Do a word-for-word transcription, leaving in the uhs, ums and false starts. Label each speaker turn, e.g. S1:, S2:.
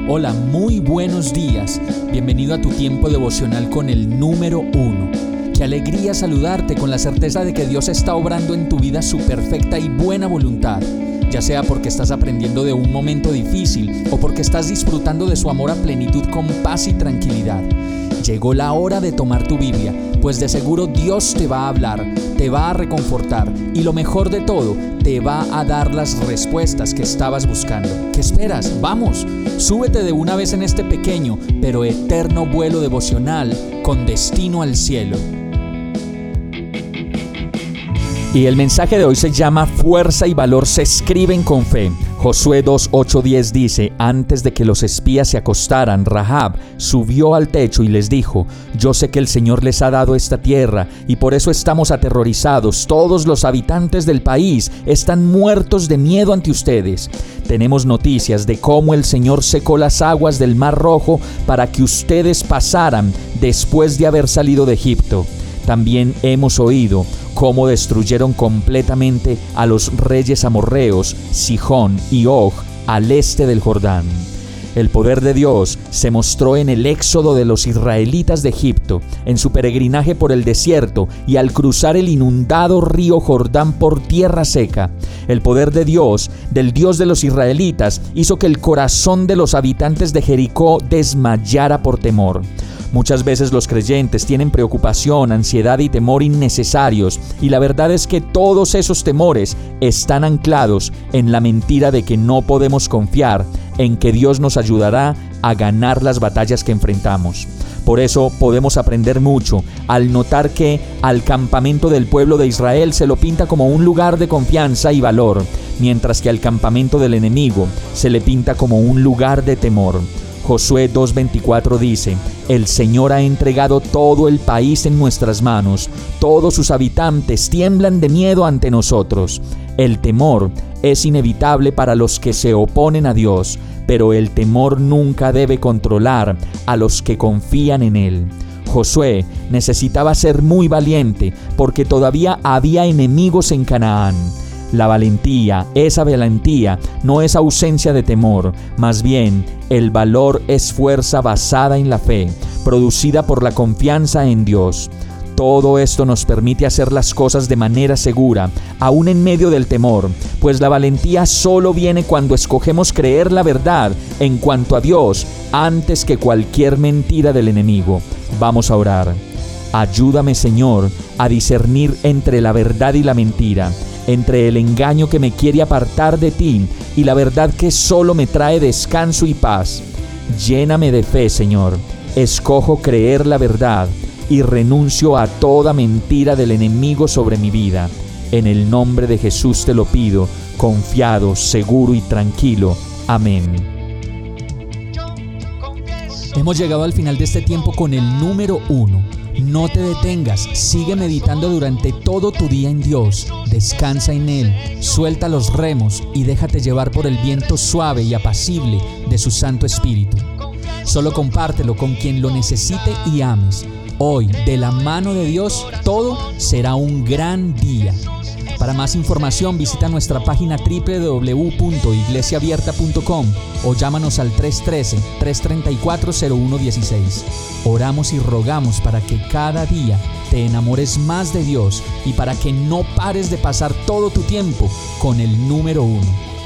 S1: Hola, muy buenos días. Bienvenido a tu tiempo devocional con el número uno. Qué alegría saludarte con la certeza de que Dios está obrando en tu vida su perfecta y buena voluntad, ya sea porque estás aprendiendo de un momento difícil o porque estás disfrutando de su amor a plenitud con paz y tranquilidad. Llegó la hora de tomar tu Biblia, pues de seguro Dios te va a hablar, te va a reconfortar y lo mejor de todo, te va a dar las respuestas que estabas buscando. ¿Qué esperas? ¡Vamos! Súbete de una vez en este pequeño pero eterno vuelo devocional con destino al cielo. Y el mensaje de hoy se llama Fuerza y valor se escriben con fe. Josué dos, ocho, diez dice: antes de que los espías se acostaran, Rahab subió al techo y les dijo: yo sé que el Señor les ha dado esta tierra y por eso estamos aterrorizados. Todos los habitantes del país están muertos de miedo ante ustedes. Tenemos noticias de cómo el Señor secó las aguas del Mar Rojo para que ustedes pasaran después de haber salido de Egipto. También hemos oído cómo destruyeron completamente a los reyes amorreos, Sihón y Og, al este del Jordán. El poder de Dios se mostró en el éxodo de los israelitas de Egipto, en su peregrinaje por el desierto y al cruzar el inundado río Jordán por tierra seca. El poder de Dios, del Dios de los israelitas, hizo que el corazón de los habitantes de Jericó desmayara por temor. Muchas veces los creyentes tienen preocupación, ansiedad y temor innecesarios, y la verdad es que todos esos temores están anclados en la mentira de que no podemos confiar en que Dios nos ayudará a ganar las batallas que enfrentamos. Por eso podemos aprender mucho al notar que al campamento del pueblo de Israel se lo pinta como un lugar de confianza y valor, mientras que al campamento del enemigo se le pinta como un lugar de temor. Josué dos veinticuatro dice: el Señor ha entregado todo el país en nuestras manos, todos sus habitantes tiemblan de miedo ante nosotros. El temor es inevitable para los que se oponen a Dios, pero el temor nunca debe controlar a los que confían en Él. Josué necesitaba ser muy valiente porque todavía había enemigos en Canaán. La valentía, esa valentía, no es ausencia de temor, más bien el valor es fuerza basada en la fe, producida por la confianza en Dios. Todo esto nos permite hacer las cosas de manera segura, aún en medio del temor, pues la valentía solo viene cuando escogemos creer la verdad en cuanto a Dios antes que cualquier mentira del enemigo. Vamos a orar. Ayúdame, Señor, a discernir entre la verdad y la mentira, entre el engaño que me quiere apartar de ti y la verdad que solo me trae descanso y paz. Lléname de fe, Señor. Escojo creer la verdad y renuncio a toda mentira del enemigo sobre mi vida. En el nombre de Jesús te lo pido, confiado, seguro y tranquilo. Amén. Hemos llegado al final de este tiempo con el número uno. No te detengas, sigue meditando durante todo tu día en Dios, descansa en Él, suelta los remos y déjate llevar por el viento suave y apacible de su Santo Espíritu. Solo compártelo con quien lo necesite y ames. Hoy, de la mano de Dios, todo será un gran día. Para más información visita nuestra página doble u doble u doble u punto iglesia abierta punto com o llámanos al tres uno tres, tres tres cuatro, cero uno uno seis. Oramos y rogamos para que cada día te enamores más de Dios y para que no pares de pasar todo tu tiempo con el número uno.